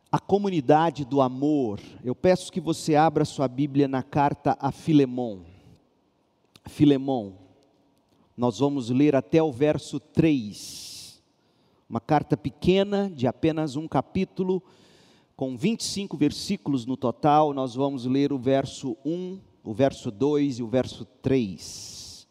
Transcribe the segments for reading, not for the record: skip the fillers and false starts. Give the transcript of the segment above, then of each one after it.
A comunidade do amor. Eu peço que você abra sua Bíblia na carta a Filemon. Filemon, nós vamos ler até o verso 3. Uma carta pequena, de apenas um capítulo, com 25 versículos no total. Nós vamos ler o verso 1, o verso 2 e o verso 3.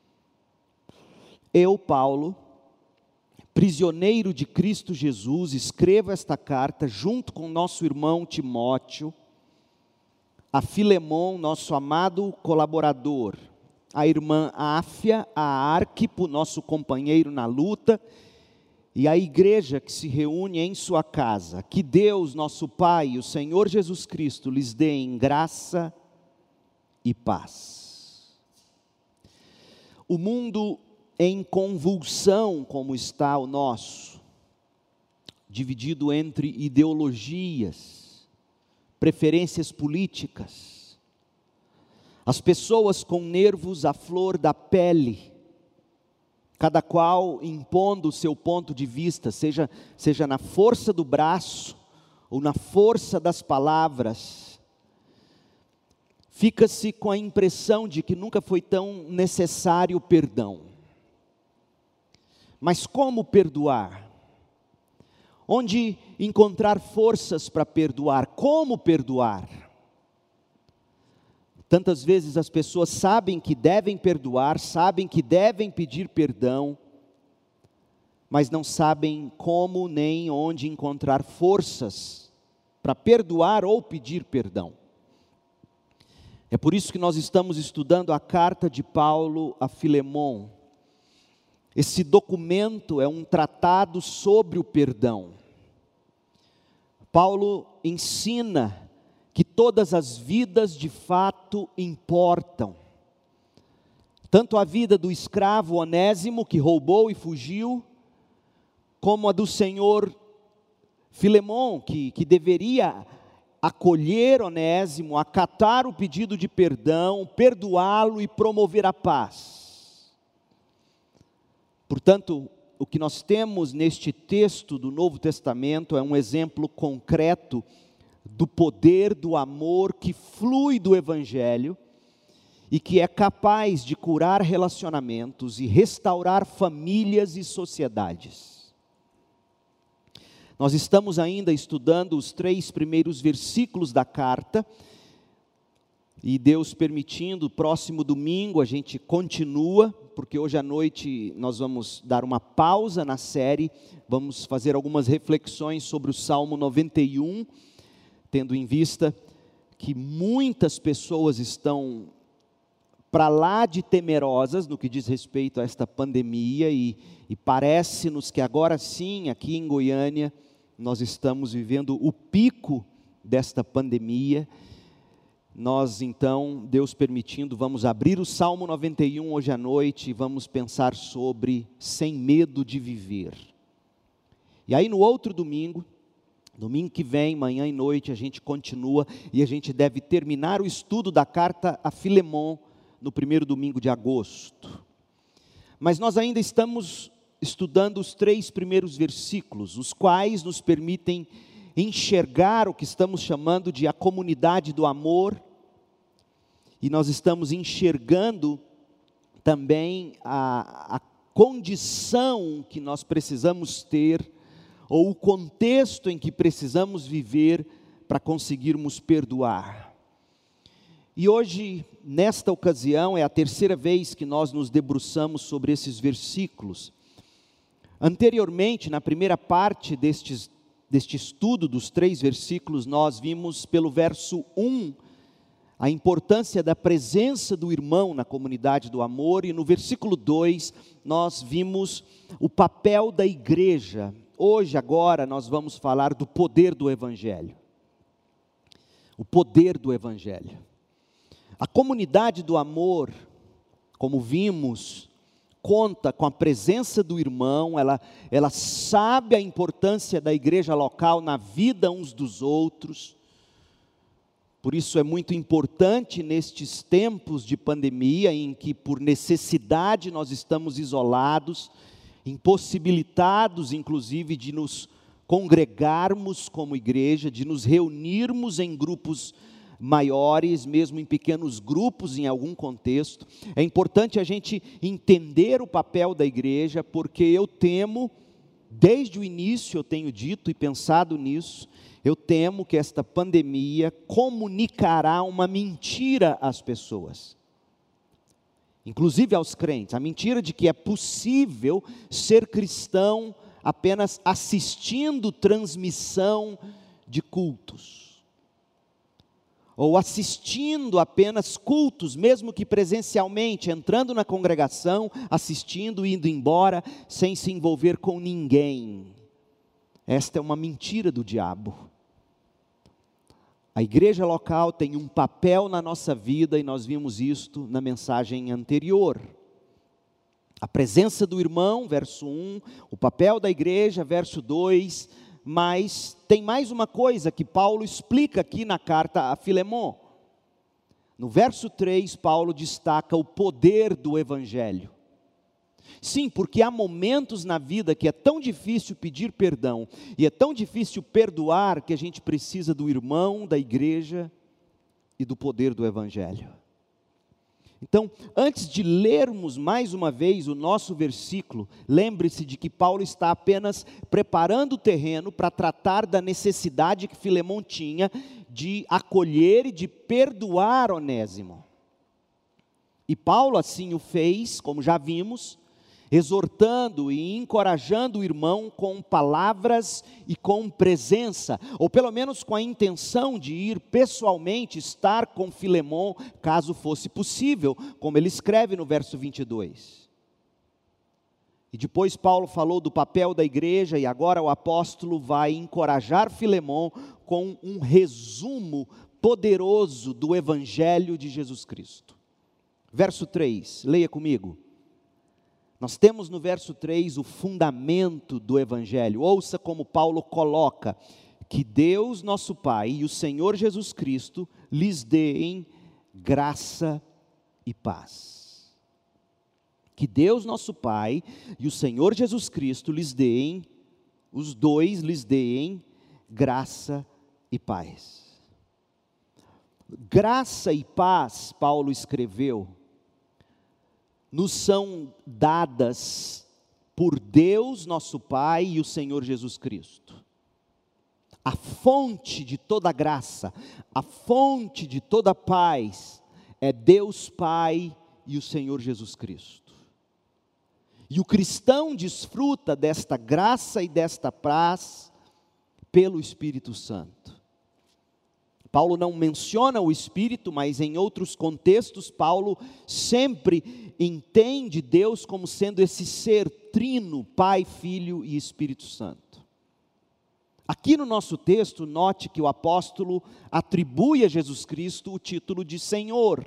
Eu, Paulo, prisioneiro de Cristo Jesus, escrevo esta carta junto com nosso irmão Timóteo, a Filemon, nosso amado colaborador, a irmã Áfia, a Arquipo, nosso companheiro na luta, e a igreja que se reúne em sua casa. Que Deus, nosso Pai, e o Senhor Jesus Cristo, lhes dê em graça e paz. O mundo em convulsão como está o nosso, dividido entre ideologias, preferências políticas, as pessoas com nervos à flor da pele, cada qual impondo o seu ponto de vista, seja na força do braço ou na força das palavras. Fica-se com a impressão de que nunca foi tão necessário o perdão. Mas como perdoar? Onde encontrar forças para perdoar? Como perdoar? Tantas vezes as pessoas sabem que devem perdoar, sabem que devem pedir perdão, mas não sabem como nem onde encontrar forças para perdoar ou pedir perdão. É por isso que nós estamos estudando a carta de Paulo a Filemon. Esse documento é um tratado sobre o perdão. Paulo ensina que todas as vidas de fato importam. Tanto a vida do escravo Onésimo, que roubou e fugiu, como a do senhor Filemon, que deveria acolher Onésimo, acatar o pedido de perdão, perdoá-lo e promover a paz. Portanto, o que nós temos neste texto do Novo Testamento é um exemplo concreto do poder do amor que flui do Evangelho e que é capaz de curar relacionamentos e restaurar famílias e sociedades. Nós estamos ainda estudando os 3 primeiros versículos da carta, e Deus permitindo, próximo domingo a gente continua, porque hoje à noite nós vamos dar uma pausa na série, vamos fazer algumas reflexões sobre o Salmo 91, tendo em vista que muitas pessoas estão para lá de temerosas no que diz respeito a esta pandemia, e parece-nos que agora sim, aqui em Goiânia, nós estamos vivendo o pico desta pandemia. Nós então, Deus permitindo, vamos abrir o Salmo 91 hoje à noite e vamos pensar sobre sem medo de viver. E aí no outro domingo que vem, manhã e noite, a gente continua e a gente deve terminar o estudo da carta a Filemon no primeiro domingo de agosto. Mas nós ainda estamos estudando os 3 primeiros versículos, os quais nos permitem enxergar o que estamos chamando de a comunidade do amor, e nós estamos enxergando também a condição que nós precisamos ter, ou o contexto em que precisamos viver para conseguirmos perdoar. E hoje, nesta ocasião, é a 3ª vez que nós nos debruçamos sobre esses versículos. Anteriormente, na primeira parte deste estudo dos 3 versículos, nós vimos pelo verso 1 a importância da presença do irmão na comunidade do amor, e no versículo 2 nós vimos o papel da igreja. Hoje, agora, nós vamos falar do poder do Evangelho. O poder do Evangelho. A comunidade do amor, como vimos, conta com a presença do irmão, ela sabe a importância da igreja local na vida uns dos outros. Por isso é muito importante nestes tempos de pandemia, em que por necessidade nós estamos isolados, impossibilitados inclusive de nos congregarmos como igreja, de nos reunirmos em grupos maiores, mesmo em pequenos grupos em algum contexto. É importante a gente entender o papel da igreja, porque eu temo, desde o início eu tenho dito e pensado nisso, eu temo que esta pandemia comunicará uma mentira às pessoas, inclusive aos crentes, a mentira de que é possível ser cristão apenas assistindo transmissão de cultos, ou assistindo apenas cultos, mesmo que presencialmente, entrando na congregação, assistindo, indo embora, sem se envolver com ninguém. Esta é uma mentira do diabo. A igreja local tem um papel na nossa vida, e nós vimos isto na mensagem anterior. A presença do irmão, verso 1, o papel da igreja, verso 2, mas tem mais uma coisa que Paulo explica aqui na carta a Filemon. No verso 3, Paulo destaca o poder do evangelho. Sim, porque há momentos na vida que é tão difícil pedir perdão, e é tão difícil perdoar, que a gente precisa do irmão, da igreja e do poder do evangelho. Então, antes de lermos mais uma vez o nosso versículo, lembre-se de que Paulo está apenas preparando o terreno para tratar da necessidade que Filemon tinha de acolher e de perdoar Onésimo. E Paulo assim o fez, como já vimos, exortando e encorajando o irmão com palavras e com presença, ou pelo menos com a intenção de ir pessoalmente estar com Filemon, caso fosse possível, como ele escreve no verso 22. E depois Paulo falou do papel da igreja, e agora o apóstolo vai encorajar Filemon com um resumo poderoso do evangelho de Jesus Cristo. Verso 3, leia comigo. Nós temos no verso 3 o fundamento do evangelho. Ouça como Paulo coloca: que Deus nosso Pai e o Senhor Jesus Cristo lhes deem graça e paz. Que Deus nosso Pai e o Senhor Jesus Cristo lhes deem, os dois lhes deem graça e paz. Graça e paz, Paulo escreveu, nos são dadas por Deus nosso Pai e o Senhor Jesus Cristo. A fonte de toda graça, a fonte de toda paz, é Deus Pai e o Senhor Jesus Cristo. E o cristão desfruta desta graça e desta paz pelo Espírito Santo. Paulo não menciona o Espírito, mas em outros contextos, Paulo sempre entende Deus como sendo esse ser trino, Pai, Filho e Espírito Santo. Aqui no nosso texto, note que o apóstolo atribui a Jesus Cristo o título de Senhor,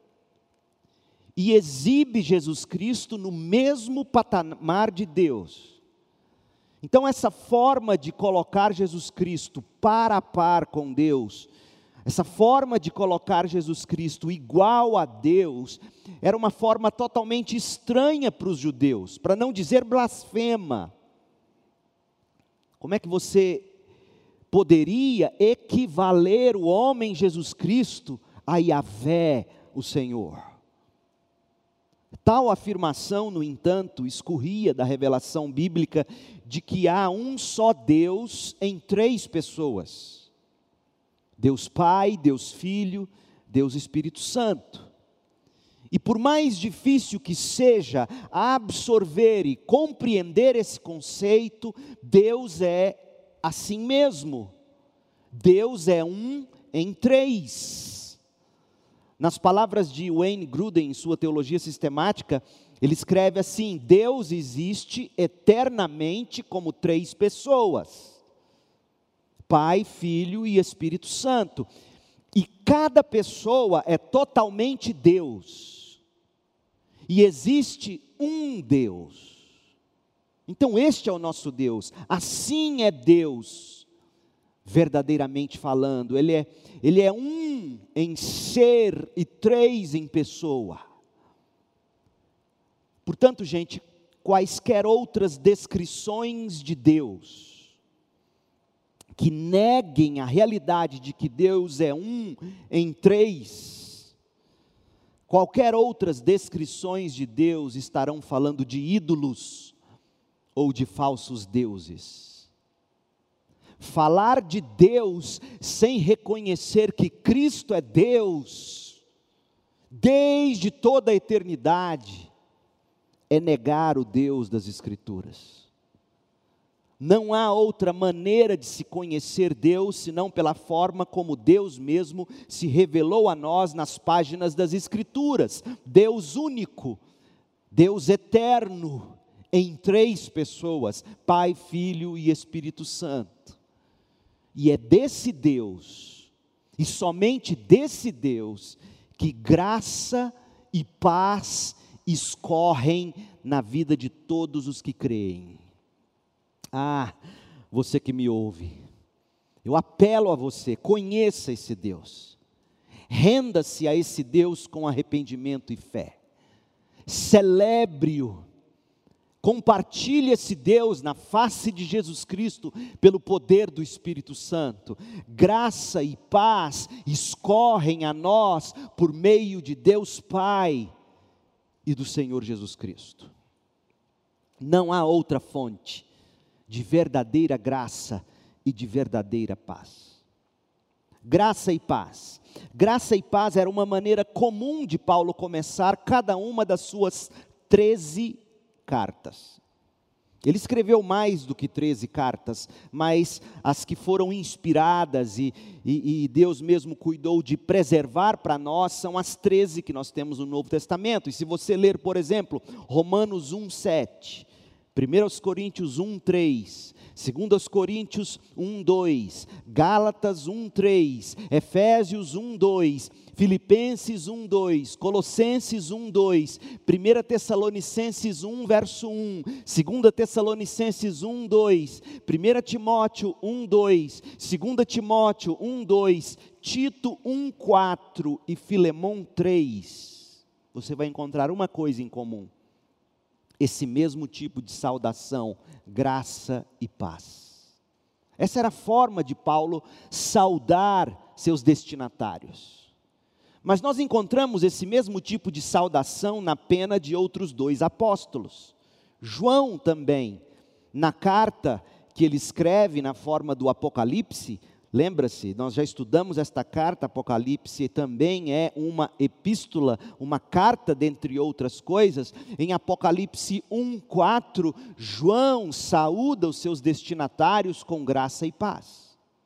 e exibe Jesus Cristo no mesmo patamar de Deus. Então essa forma de colocar Jesus Cristo par a par com Deus, essa forma de colocar Jesus Cristo igual a Deus, era uma forma totalmente estranha para os judeus, para não dizer blasfema. Como é que você poderia equivaler o homem Jesus Cristo a Yahvé, o Senhor? Tal afirmação, no entanto, escorria da revelação bíblica de que há um só Deus em três pessoas: Deus Pai, Deus Filho, Deus Espírito Santo. E por mais difícil que seja absorver e compreender esse conceito, Deus é assim mesmo. Deus é um em três. Nas palavras de Wayne Grudem, em sua teologia sistemática, ele escreve assim: Deus existe eternamente como três pessoas: Pai, Filho e Espírito Santo. E cada pessoa é totalmente Deus. E existe um Deus. Então este é o nosso Deus. Assim é Deus, verdadeiramente falando. Ele é um em ser e três em pessoa. Portanto, gente, quaisquer outras descrições de Deus, que neguem a realidade de que Deus é um em três. Qualquer outras descrições de Deus estarão falando de ídolos ou de falsos deuses. Falar de Deus sem reconhecer que Cristo é Deus, desde toda a eternidade, é negar o Deus das Escrituras. Não há outra maneira de se conhecer Deus, senão pela forma como Deus mesmo se revelou a nós nas páginas das Escrituras. Deus único, Deus eterno, em três pessoas, Pai, Filho e Espírito Santo. E é desse Deus, e somente desse Deus, que graça e paz escorrem na vida de todos os que creem. Ah, você que me ouve, eu apelo a você, conheça esse Deus, renda-se a esse Deus com arrependimento e fé, celebre-o, compartilhe esse Deus na face de Jesus Cristo, pelo poder do Espírito Santo. Graça e paz escorrem a nós, por meio de Deus Pai e do Senhor Jesus Cristo. Não há outra fonte de verdadeira graça e de verdadeira paz. Graça e paz. Graça e paz era uma maneira comum de Paulo começar cada uma das suas 13 cartas. Ele escreveu mais do que 13 cartas, mas as que foram inspiradas e Deus mesmo cuidou de preservar para nós, são as 13 que nós temos no Novo Testamento. E se você ler, por exemplo, Romanos 1:7, 1 Coríntios 1:3, 2 Coríntios 1:2, Gálatas 1:3, Efésios 1:2, Filipenses 1:2, Colossenses 1:2, 1 Tessalonicenses 1, verso 1, 2 Tessalonicenses 1:2, 1 Timóteo 1:2, 2 Timóteo 1:2, Tito 1:4 e Filemão 3, você vai encontrar uma coisa em comum: esse mesmo tipo de saudação, graça e paz. Essa era a forma de Paulo saudar seus destinatários. Mas nós encontramos esse mesmo tipo de saudação na pena de outros 2 apóstolos. João também, na carta que ele escreve na forma do Apocalipse, lembra-se, nós já estudamos esta carta, Apocalipse também é uma epístola, uma carta dentre outras coisas. Em Apocalipse 1:4, João saúda os seus destinatários com graça e paz.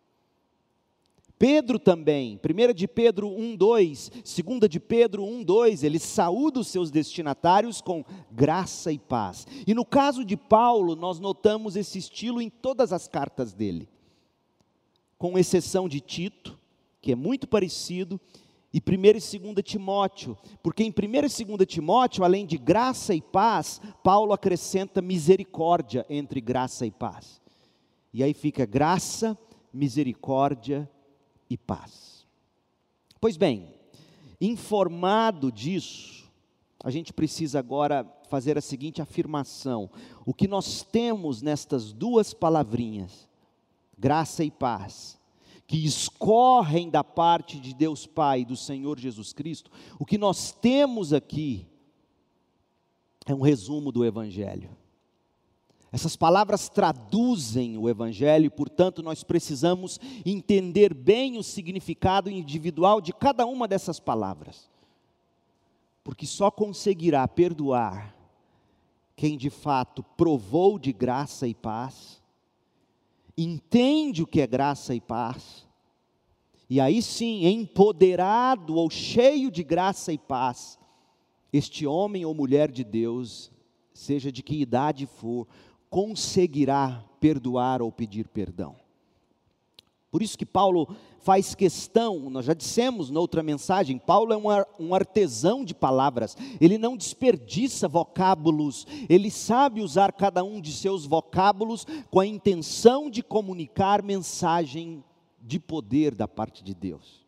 Pedro também, 1 de Pedro 1:2, 2 de Pedro 1:2, ele saúda os seus destinatários com graça e paz. E no caso de Paulo, nós notamos esse estilo em todas as cartas dele, com exceção de Tito, que é muito parecido, e 1 e 2 Timóteo, porque em 1 e 2 Timóteo, além de graça e paz, Paulo acrescenta misericórdia entre graça e paz. E aí fica graça, misericórdia e paz. Pois bem, informado disso, a gente precisa agora fazer a seguinte afirmação: o que nós temos nestas 2 palavrinhas, graça e paz, que escorrem da parte de Deus Pai e do Senhor Jesus Cristo, o que nós temos aqui é um resumo do Evangelho. Essas palavras traduzem o Evangelho, portanto nós precisamos entender bem o significado individual de cada uma dessas palavras, porque só conseguirá perdoar quem de fato provou de graça e paz, entende o que é graça e paz, e aí sim, empoderado ou cheio de graça e paz, este homem ou mulher de Deus, seja de que idade for, conseguirá perdoar ou pedir perdão. Por isso que Paulo faz questão, nós já dissemos noutra mensagem, Paulo é um artesão de palavras, ele não desperdiça vocábulos, ele sabe usar cada um de seus vocábulos com a intenção de comunicar mensagem de poder da parte de Deus.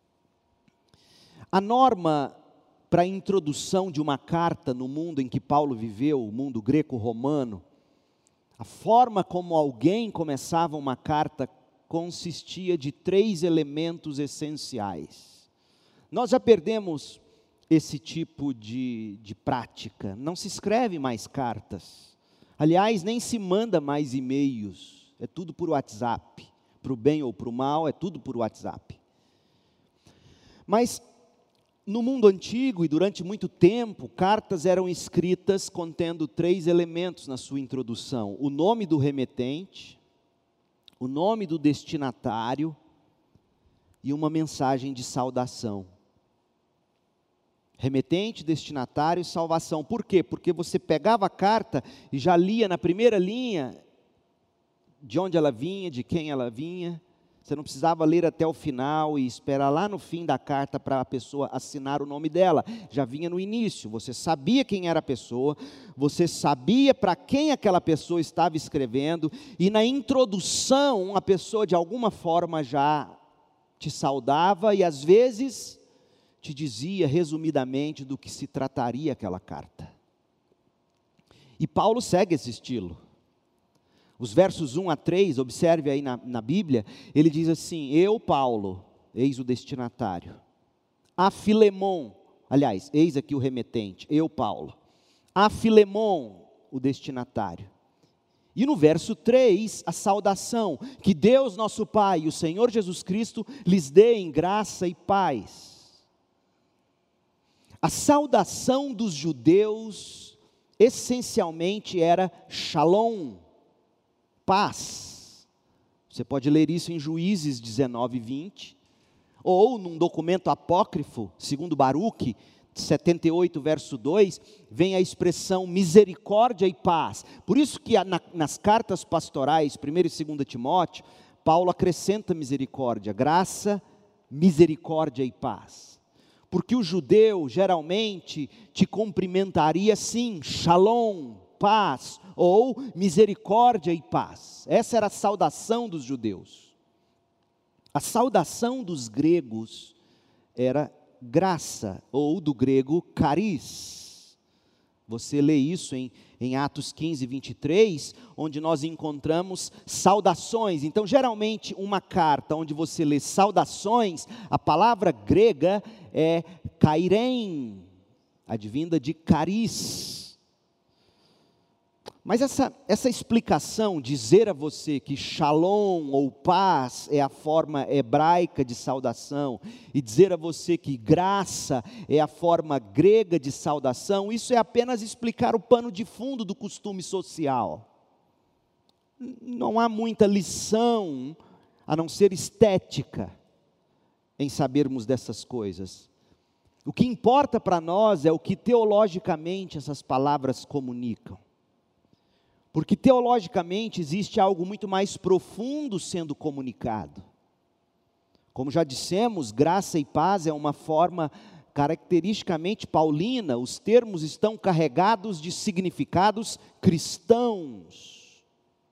A norma para a introdução de uma carta no mundo em que Paulo viveu, o mundo greco-romano, a forma como alguém começava uma carta consistia de 3 elementos essenciais. Nós já perdemos esse tipo de prática, não se escreve mais cartas, aliás, nem se manda mais e-mails, é tudo por WhatsApp, para o bem ou para o mal, é tudo por WhatsApp. Mas, no mundo antigo e durante muito tempo, cartas eram escritas contendo 3 elementos na sua introdução: o nome do remetente, o nome do destinatário e uma mensagem de saudação. Remetente, destinatário e salvação. Por quê? Porque você pegava a carta e já lia na primeira linha de onde ela vinha, de quem ela vinha. Você não precisava ler até o final e esperar lá no fim da carta para a pessoa assinar o nome dela. Já vinha no início, você sabia quem era a pessoa, você sabia para quem aquela pessoa estava escrevendo, e na introdução a pessoa de alguma forma já te saudava e às vezes te dizia resumidamente do que se trataria aquela carta. E Paulo segue esse estilo. Os versos 1 a 3, observe aí na Bíblia, ele diz assim: eu, Paulo, eis o destinatário, a Filemon, aliás, eis aqui o remetente, eu, Paulo, a Filemon, o destinatário. E no verso 3, a saudação, que Deus nosso Pai e o Senhor Jesus Cristo lhes dê em graça e paz. A saudação dos judeus, essencialmente, era shalom, paz. Você pode ler isso em Juízes 19, 20, ou num documento apócrifo, segundo Baruque, 78, verso 2, vem a expressão misericórdia e paz. Por isso que nas cartas pastorais, 1 e 2 Timóteo, Paulo acrescenta misericórdia, graça, misericórdia e paz. Porque o judeu geralmente te cumprimentaria assim, shalom, paz, ou misericórdia e paz. Essa era a saudação dos judeus. A saudação dos gregos era graça, ou do grego caris. Você lê isso em Atos 15, 23, onde nós encontramos saudações. Então, geralmente, uma carta onde você lê saudações, a palavra grega é kairen, advinda de caris. Mas essa explicação, dizer a você que shalom ou paz é a forma hebraica de saudação, e dizer a você que graça é a forma grega de saudação, isso é apenas explicar o pano de fundo do costume social. Não há muita lição, a não ser estética, em sabermos dessas coisas. O que importa para nós é o que teologicamente essas palavras comunicam. Porque teologicamente existe algo muito mais profundo sendo comunicado. Como já dissemos, graça e paz é uma forma caracteristicamente paulina, os termos estão carregados de significados cristãos.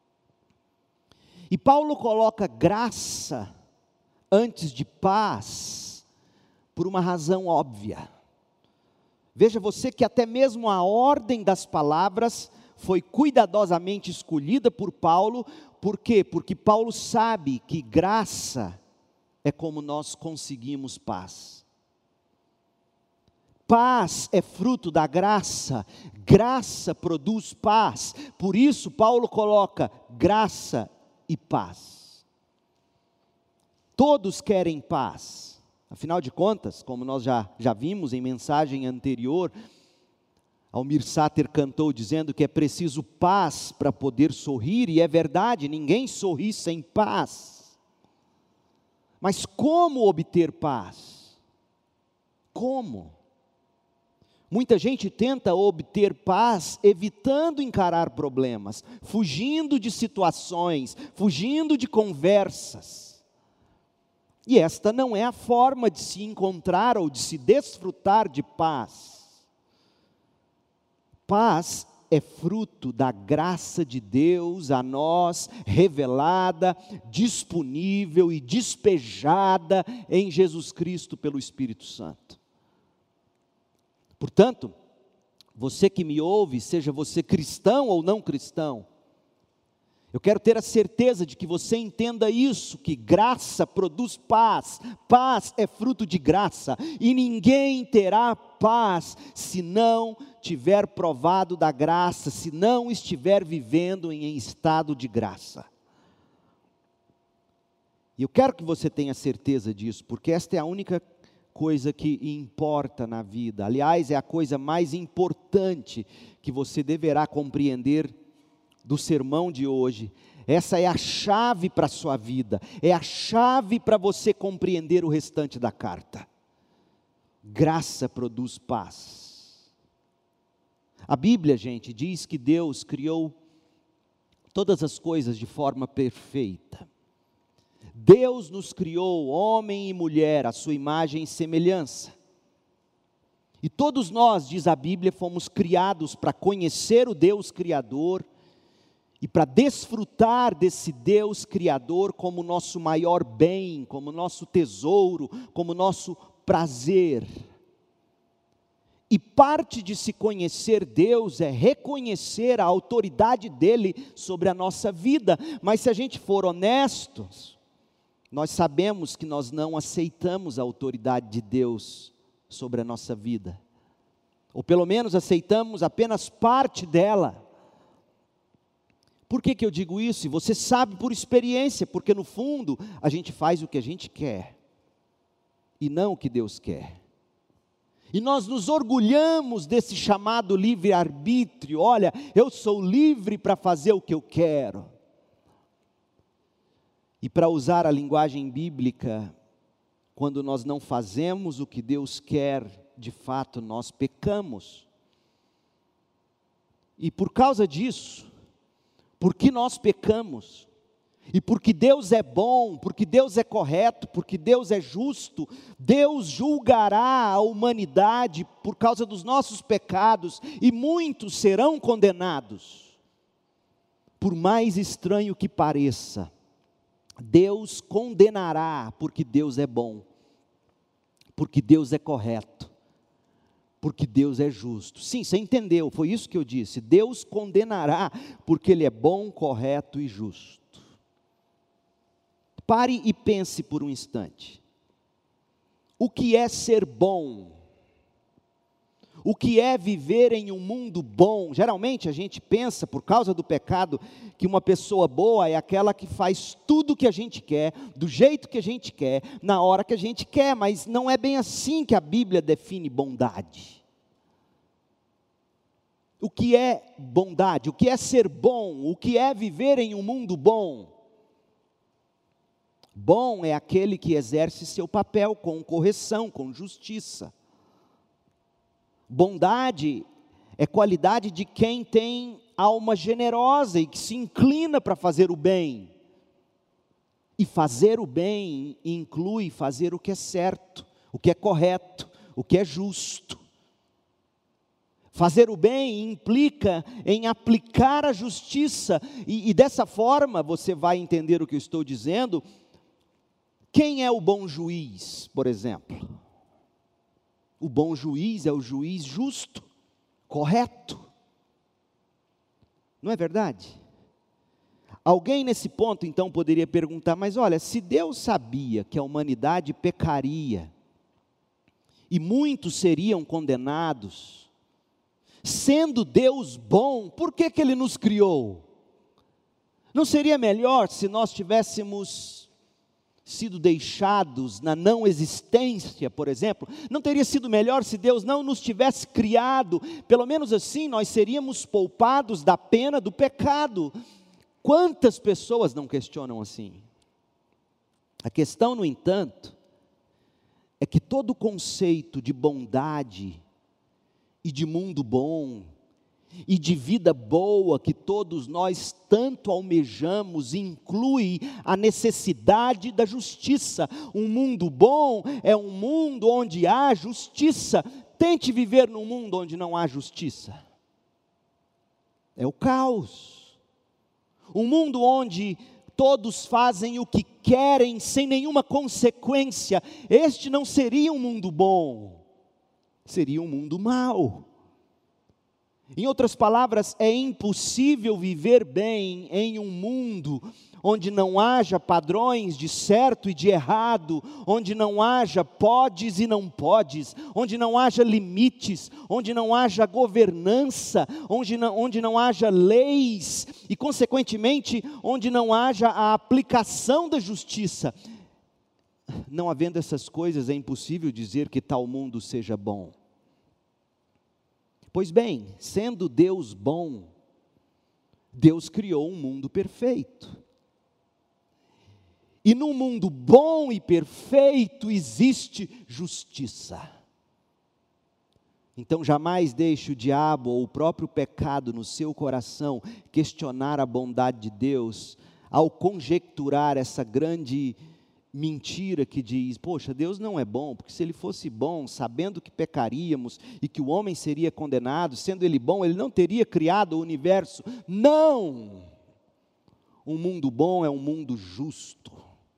E Paulo coloca graça antes de paz por uma razão óbvia. Veja você que até mesmo a ordem das palavras foi cuidadosamente escolhida por Paulo. Por quê? Porque Paulo sabe que graça é como nós conseguimos paz. Paz é fruto da graça, graça produz paz. Por isso Paulo coloca graça e paz. Todos querem paz. Afinal de contas, como nós já vimos em mensagem anterior, Almir Sater cantou dizendo que é preciso paz para poder sorrir, e é verdade, ninguém sorri sem paz. Mas como obter paz? Como? Muita gente tenta obter paz evitando encarar problemas, fugindo de situações, fugindo de conversas. E esta não é a forma de se encontrar ou de se desfrutar de paz. Paz é fruto da graça de Deus a nós, revelada, disponível e despejada em Jesus Cristo pelo Espírito Santo. Portanto, você que me ouve, seja você cristão ou não cristão, Eu quero ter a certeza de que você entenda isso, que graça produz paz, paz é fruto de graça, e ninguém terá paz se não tiver provado da graça, se não estiver vivendo em estado de graça. E eu quero que você tenha certeza disso, porque esta é a única coisa que importa na vida. Aliás, é a coisa mais importante que você deverá compreender do sermão de hoje. Essa é a chave para a sua vida, é a chave para você compreender o restante da carta. Graça produz paz. A Bíblia, gente, diz que Deus criou todas as coisas de forma perfeita. Deus nos criou, homem e mulher, à sua imagem e semelhança. E todos nós, diz a Bíblia, fomos criados para conhecer o Deus Criador e para desfrutar desse Deus Criador como nosso maior bem, como nosso tesouro, como nosso prazer. E parte de se conhecer Deus é reconhecer a autoridade dEle sobre a nossa vida. Mas se a gente for honestos, nós sabemos que nós não aceitamos a autoridade de Deus sobre a nossa vida. Ou pelo menos aceitamos apenas parte dela. Por que eu digo isso? E você sabe por experiência, porque no fundo a gente faz o que a gente quer e não o que Deus quer. E nós nos orgulhamos desse chamado livre-arbítrio. Olha, eu sou livre para fazer o que eu quero. E para usar a linguagem bíblica, quando nós não fazemos o que Deus quer, de fato nós pecamos. E por causa disso, porque nós pecamos, e porque Deus é bom, porque Deus é correto, porque Deus é justo, Deus julgará a humanidade por causa dos nossos pecados, e muitos serão condenados. Por mais estranho que pareça, Deus condenará, porque Deus é bom, porque Deus é correto, porque Deus é justo. Sim, você entendeu, foi isso que eu disse. Deus condenará, porque Ele é bom, correto e justo. Pare e pense por um instante. O que é ser bom? O que é viver em um mundo bom? Geralmente a gente pensa, por causa do pecado, que uma pessoa boa é aquela que faz tudo o que a gente quer, do jeito que a gente quer, na hora que a gente quer, mas não é bem assim que a Bíblia define bondade. O que é bondade? O que é ser bom? O que é viver em um mundo bom? Bom é aquele que exerce seu papel com correção, com justiça. Bondade é qualidade de quem tem alma generosa e que se inclina para fazer o bem. E fazer o bem inclui fazer o que é certo, o que é correto, o que é justo. Fazer o bem implica em aplicar a justiça, e dessa forma você vai entender o que eu estou dizendo. Quem é o bom juiz, por exemplo? O bom juiz é o juiz justo, correto. Não é verdade? Alguém nesse ponto então poderia perguntar, mas olha, se Deus sabia que a humanidade pecaria, e muitos seriam condenados, sendo Deus bom, por que Ele nos criou? Não seria melhor se nós tivéssemos sido deixados na não existência, por exemplo? Não teria sido melhor se Deus não nos tivesse criado? Pelo menos assim nós seríamos poupados da pena do pecado. Quantas pessoas não questionam assim? A questão, no entanto, é que todo o conceito de bondade e de mundo bom e de vida boa que todos nós tanto almejamos inclui a necessidade da justiça. Um mundo bom é um mundo onde há justiça. Tente viver num mundo onde não há justiça. É o caos. Um mundo onde todos fazem o que querem sem nenhuma consequência. Este não seria um mundo bom, seria um mundo mau. Em outras palavras, é impossível viver bem em um mundo onde não haja padrões de certo e de errado, onde não haja podes e não podes, onde não haja limites, onde não haja governança, onde não haja leis e, consequentemente, onde não haja a aplicação da justiça. Não havendo essas coisas, é impossível dizer que tal mundo seja bom. Pois bem, sendo Deus bom, Deus criou um mundo perfeito. E num mundo bom e perfeito existe justiça. Então jamais deixe o diabo ou o próprio pecado no seu coração questionar a bondade de Deus ao conjecturar essa grande mentira que diz: poxa, Deus não é bom, porque se Ele fosse bom, sabendo que pecaríamos e que o homem seria condenado, sendo Ele bom, Ele não teria criado o universo. Não! Um mundo bom é um mundo justo.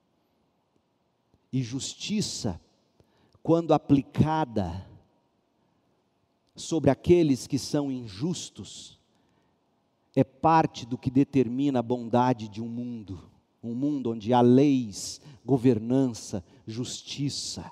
E justiça, quando aplicada sobre aqueles que são injustos, é parte do que determina a bondade de um mundo onde há leis, governança, justiça.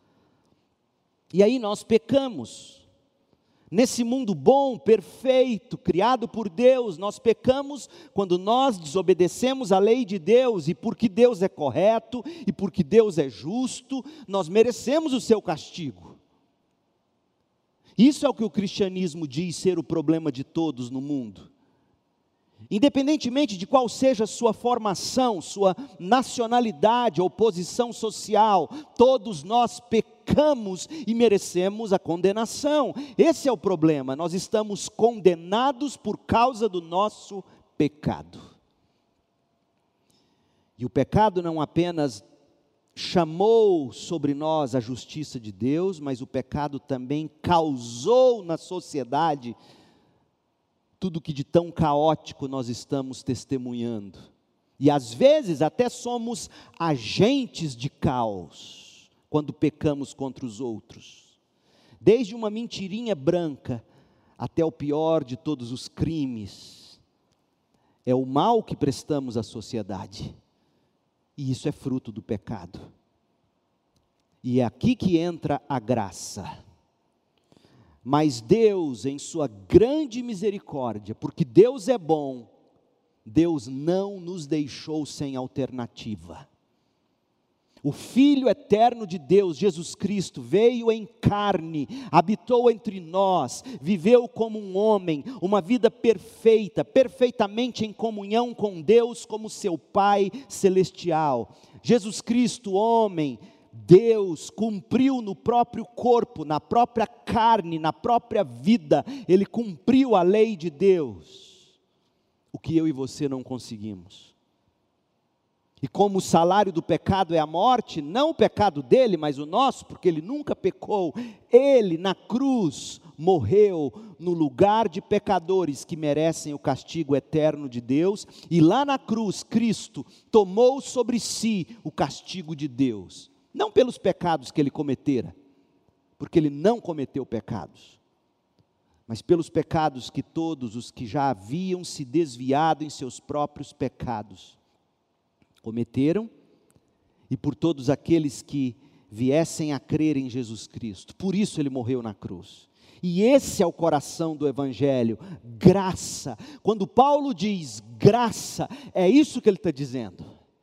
E aí nós pecamos. Nesse mundo bom, perfeito, criado por Deus, nós pecamos quando nós desobedecemos a lei de Deus, e porque Deus é correto, e porque Deus é justo, nós merecemos o seu castigo. Isso é o que o cristianismo diz ser o problema de todos no mundo. Independentemente de qual seja a sua formação, sua nacionalidade ou posição social, todos nós pecamos e merecemos a condenação. Esse é o problema, nós estamos condenados por causa do nosso pecado. E o pecado não apenas chamou sobre nós a justiça de Deus, mas o pecado também causou na sociedade tudo que de tão caótico nós estamos testemunhando. E às vezes até somos agentes de caos, quando pecamos contra os outros. Desde uma mentirinha branca, até o pior de todos os crimes. É o mal que prestamos à sociedade. E isso é fruto do pecado. E é aqui que entra a graça. Mas Deus, em sua grande misericórdia, porque Deus é bom, Deus não nos deixou sem alternativa. O Filho eterno de Deus, Jesus Cristo, veio em carne, habitou entre nós, viveu como um homem, uma vida perfeita, perfeitamente em comunhão com Deus como seu Pai celestial. Jesus Cristo, homem, Deus, cumpriu no próprio corpo, na própria carne, na própria vida, Ele cumpriu a lei de Deus, o que eu e você não conseguimos. E como o salário do pecado é a morte, não o pecado dele, mas o nosso, porque ele nunca pecou, ele na cruz morreu no lugar de pecadores que merecem o castigo eterno de Deus, e lá na cruz Cristo tomou sobre si o castigo de Deus, não pelos pecados que ele cometera, porque ele não cometeu pecados, mas pelos pecados que todos os que já haviam se desviado em seus próprios pecados cometeram, e por todos aqueles que viessem a crer em Jesus Cristo. Por isso ele morreu na cruz. E esse é o coração do Evangelho, graça. Quando Paulo diz graça, é isso que ele está dizendo.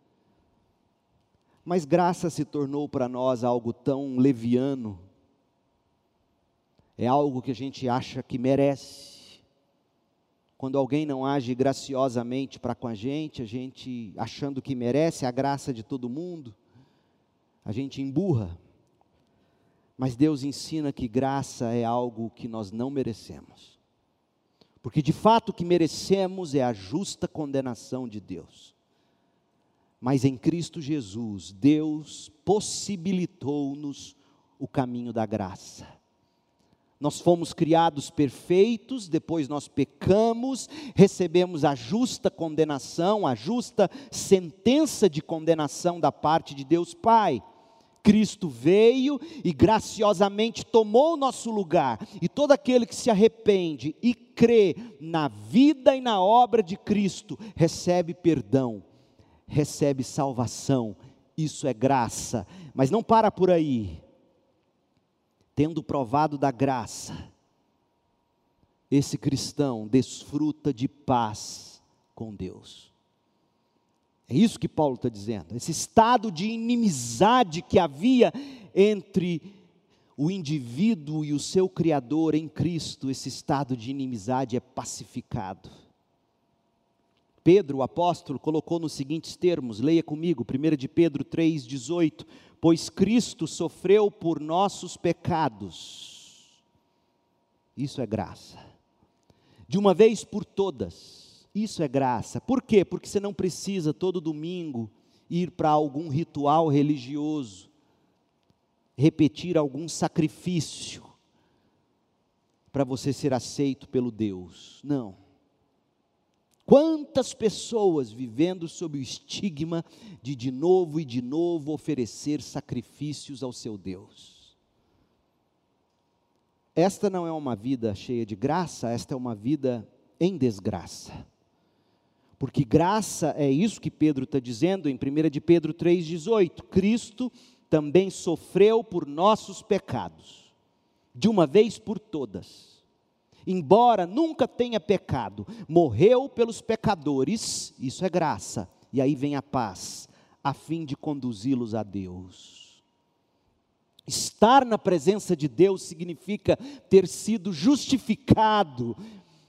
Mas graça se tornou para nós algo tão leviano, é algo que a gente acha que merece. Quando alguém não age graciosamente para com a gente achando que merece a graça de todo mundo, a gente emburra. Mas Deus ensina que graça é algo que nós não merecemos. Porque de fato o que merecemos é a justa condenação de Deus. Mas em Cristo Jesus, Deus possibilitou-nos o caminho da graça. Nós fomos criados perfeitos, depois nós pecamos, recebemos a justa condenação, a justa sentença de condenação da parte de Deus Pai. Cristo veio e graciosamente tomou o nosso lugar, e todo aquele que se arrepende e crê na vida e na obra de Cristo, recebe perdão, recebe salvação. Isso é graça, mas não para por aí. Tendo provado da graça, esse cristão desfruta de paz com Deus. É isso que Paulo está dizendo. Esse estado de inimizade que havia entre o indivíduo e o seu Criador em Cristo, esse estado de inimizade é pacificado. Pedro, o apóstolo, colocou nos seguintes termos, leia comigo, 1 de Pedro 3,18, pois Cristo sofreu por nossos pecados, isso é graça, de uma vez por todas, isso é graça. Por quê? Porque você não precisa todo domingo ir para algum ritual religioso, repetir algum sacrifício, para você ser aceito pelo Deus, não. Quantas pessoas vivendo sob o estigma de novo e de novo oferecer sacrifícios ao seu Deus. Esta não é uma vida cheia de graça, esta é uma vida em desgraça. Porque graça é isso que Pedro está dizendo em 1 de Pedro 3,18. Cristo também sofreu por nossos pecados, de uma vez por todas. Embora nunca tenha pecado, morreu pelos pecadores, isso é graça, e aí vem a paz, a fim de conduzi-los a Deus. Estar na presença de Deus significa ter sido justificado,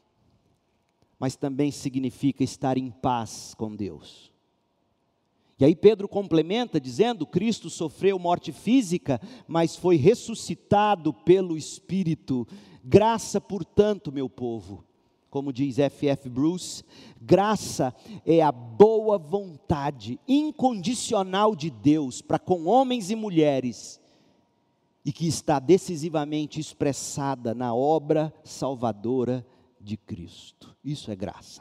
mas também significa estar em paz com Deus. E aí Pedro complementa dizendo, Cristo sofreu morte física, mas foi ressuscitado pelo Espírito. Graça, portanto, meu povo, como diz F.F. Bruce, graça é a boa vontade incondicional de Deus para com homens e mulheres, e que está decisivamente expressada na obra salvadora de Cristo. Isso é graça.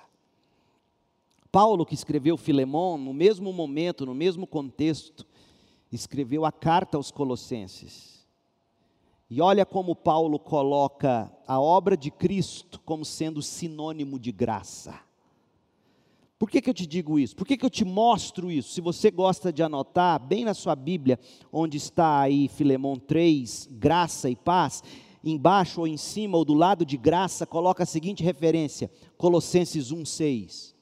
Paulo, que escreveu Filemon, no mesmo momento, no mesmo contexto, escreveu a carta aos Colossenses. E olha como Paulo coloca a obra de Cristo como sendo sinônimo de graça. Por que eu te digo isso? Por que eu te mostro isso? Se você gosta de anotar, bem na sua Bíblia, onde está aí Filemon 3, graça e paz, embaixo ou em cima ou do lado de graça, coloca a seguinte referência, Colossenses 1,6.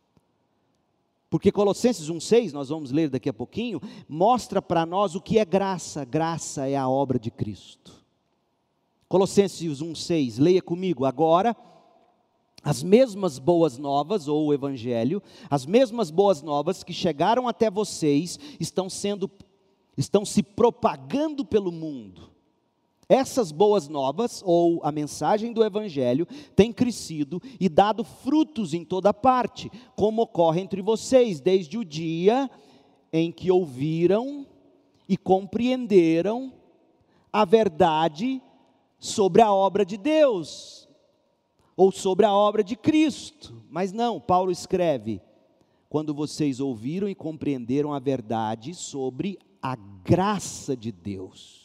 Porque Colossenses 1,6, nós vamos ler daqui a pouquinho, mostra para nós o que é graça. Graça é a obra de Cristo. Colossenses 1,6, leia comigo. Agora, as mesmas boas novas, ou o Evangelho, as mesmas boas novas que chegaram até vocês, estão se propagando pelo mundo. Essas boas novas, ou a mensagem do Evangelho, tem crescido e dado frutos em toda parte, como ocorre entre vocês, desde o dia em que ouviram e compreenderam a verdade sobre a obra de Deus, ou sobre a obra de Cristo. Mas não, Paulo escreve, quando vocês ouviram e compreenderam a verdade sobre a graça de Deus.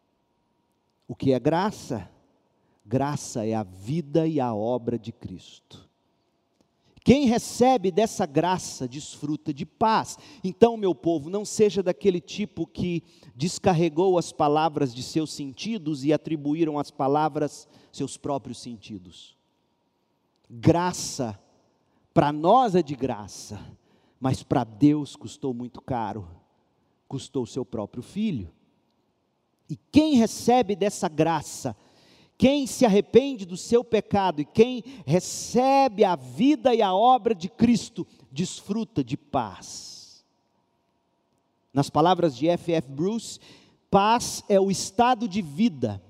O que é graça? Graça é a vida e a obra de Cristo. Quem recebe dessa graça desfruta de paz. Então, meu povo, não seja daquele tipo que descarregou as palavras de seus sentidos e atribuíram às palavras seus próprios sentidos. Graça, para nós é de graça, mas para Deus custou muito caro, custou o seu próprio filho. E quem recebe dessa graça, quem se arrepende do seu pecado e quem recebe a vida e a obra de Cristo, desfruta de paz. Nas palavras de F.F. Bruce, paz é o estado de vida.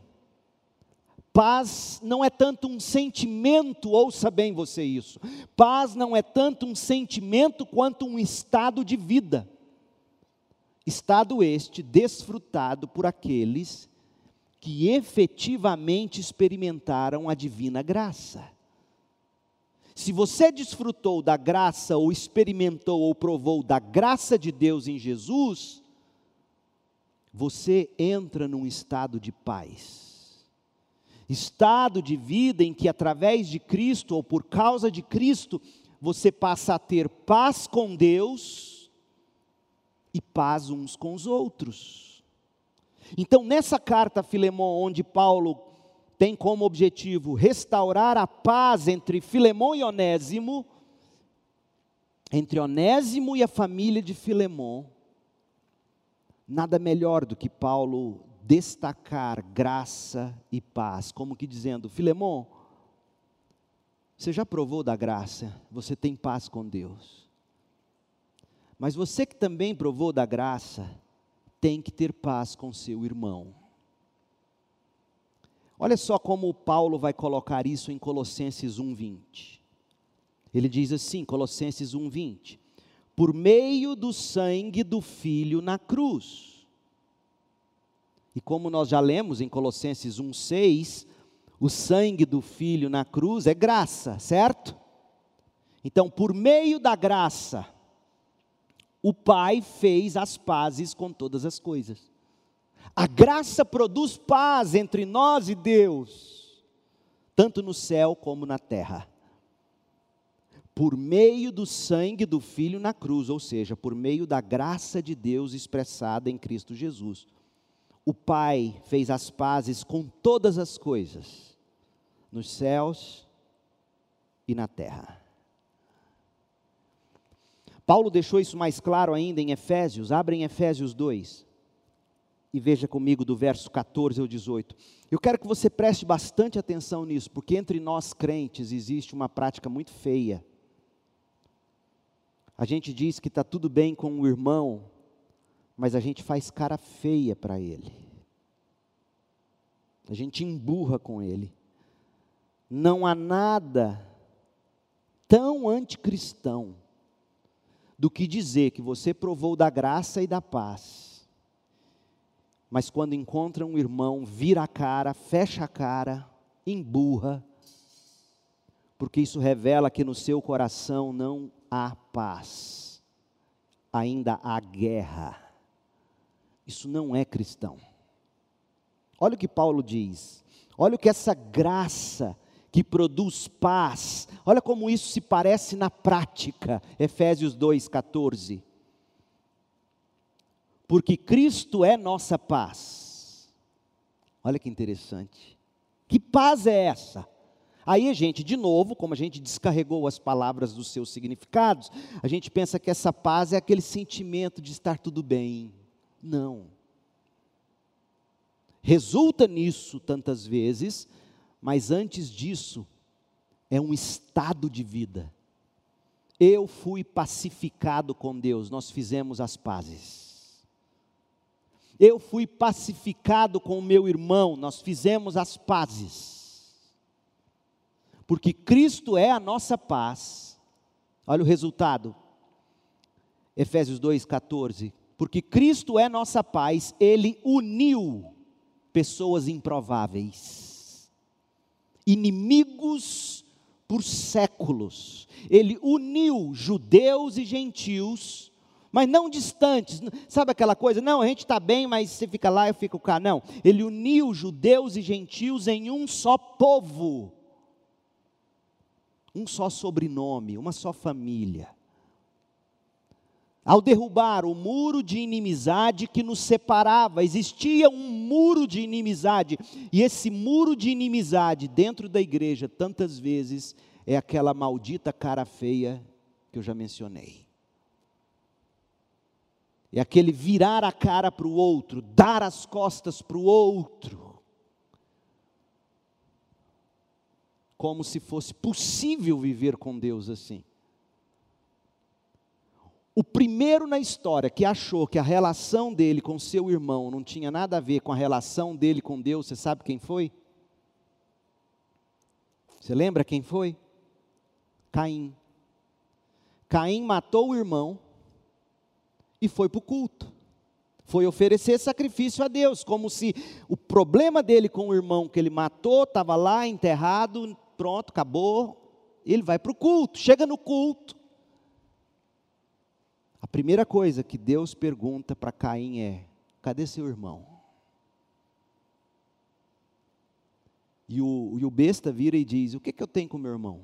Paz não é tanto um sentimento, ouça bem você isso. Paz não é tanto um sentimento quanto um estado de vida. Estado este desfrutado por aqueles que efetivamente experimentaram a divina graça. Se você desfrutou da graça, ou experimentou, ou provou da graça de Deus em Jesus, você entra num estado de paz. Estado de vida em que através de Cristo ou por causa de Cristo, você passa a ter paz com Deus e paz uns com os outros. Então, nessa carta a Filemon, onde Paulo tem como objetivo restaurar a paz entre Filemon e Onésimo, entre Onésimo e a família de Filemon, nada melhor do que Paulo destacar graça e paz, como que dizendo: Filemon, você já provou da graça, você tem paz com Deus. Mas você que também provou da graça, tem que ter paz com seu irmão. Olha só como Paulo vai colocar isso em Colossenses 1:20. Ele diz assim, Colossenses 1:20: por meio do sangue do Filho na cruz. E como nós já lemos em Colossenses 1:6, o sangue do Filho na cruz é graça, certo? Então, por meio da graça, o Pai fez as pazes com todas as coisas. A graça produz paz entre nós e Deus, tanto no céu como na terra. Por meio do sangue do Filho na cruz, ou seja, por meio da graça de Deus expressada em Cristo Jesus. O Pai fez as pazes com todas as coisas, nos céus e na terra. Paulo deixou isso mais claro ainda em Efésios. Abre em Efésios 2 e veja comigo do verso 14 ao 18. Eu quero que você preste bastante atenção nisso, porque entre nós crentes existe uma prática muito feia. A gente diz que está tudo bem com o irmão, mas a gente faz cara feia para ele. A gente emburra com ele. Não há nada tão anticristão do que dizer que você provou da graça e da paz, mas quando encontra um irmão, vira a cara, fecha a cara, emburra, porque isso revela que no seu coração não há paz, ainda há guerra. Isso não é cristão. Olha o que Paulo diz, olha o que essa graça que produz paz, olha como isso se parece na prática. Efésios 2:14. Porque Cristo é nossa paz. Olha que interessante. Que paz é essa? Aí a gente, de novo, como a gente descarregou as palavras dos seus significados, a gente pensa que essa paz é aquele sentimento de estar tudo bem. Não. Resulta nisso tantas vezes, mas antes disso, é um estado de vida. Eu fui pacificado com Deus, nós fizemos as pazes. Eu fui pacificado com o meu irmão, nós fizemos as pazes. Porque Cristo é a nossa paz. Olha o resultado. Efésios 2:14. Porque Cristo é nossa paz, Ele uniu pessoas improváveis, inimigos por séculos. Ele uniu judeus e gentios, mas não distantes. Sabe aquela coisa? Não, a gente está bem, mas você fica lá, eu fico cá. Não, Ele uniu judeus e gentios em um só povo. Um só sobrenome, uma só família. Ao derrubar o muro de inimizade que nos separava, existia um muro de inimizade, e esse muro de inimizade dentro da igreja, tantas vezes, é aquela maldita cara feia que eu já mencionei. É aquele virar a cara para o outro, dar as costas para o outro, como se fosse possível viver com Deus assim. O primeiro na história que achou que a relação dele com seu irmão não tinha nada a ver com a relação dele com Deus, você sabe quem foi? Você lembra quem foi? Caim. Caim matou o irmão e foi para o culto. Foi oferecer sacrifício a Deus, como se o problema dele com o irmão que ele matou estava lá enterrado, pronto, acabou. Ele vai para o culto, chega no culto. A primeira coisa que Deus pergunta para Caim é: cadê seu irmão? E o besta vira e diz, o que eu tenho com meu irmão?